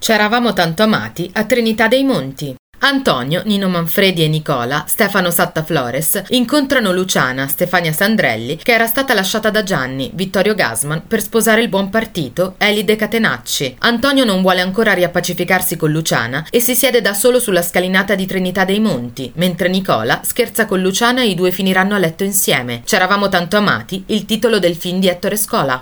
C'eravamo tanto amati a Trinità dei Monti. Antonio, Nino Manfredi e Nicola, Stefano Satta Flores, incontrano Luciana, Stefania Sandrelli, che era stata lasciata da Gianni, Vittorio Gassman, per sposare il buon partito, Elide Catenacci. Antonio non vuole ancora riappacificarsi con Luciana e si siede da solo sulla scalinata di Trinità dei Monti, mentre Nicola scherza con Luciana e i due finiranno a letto insieme. C'eravamo tanto amati, il titolo del film di Ettore Scola.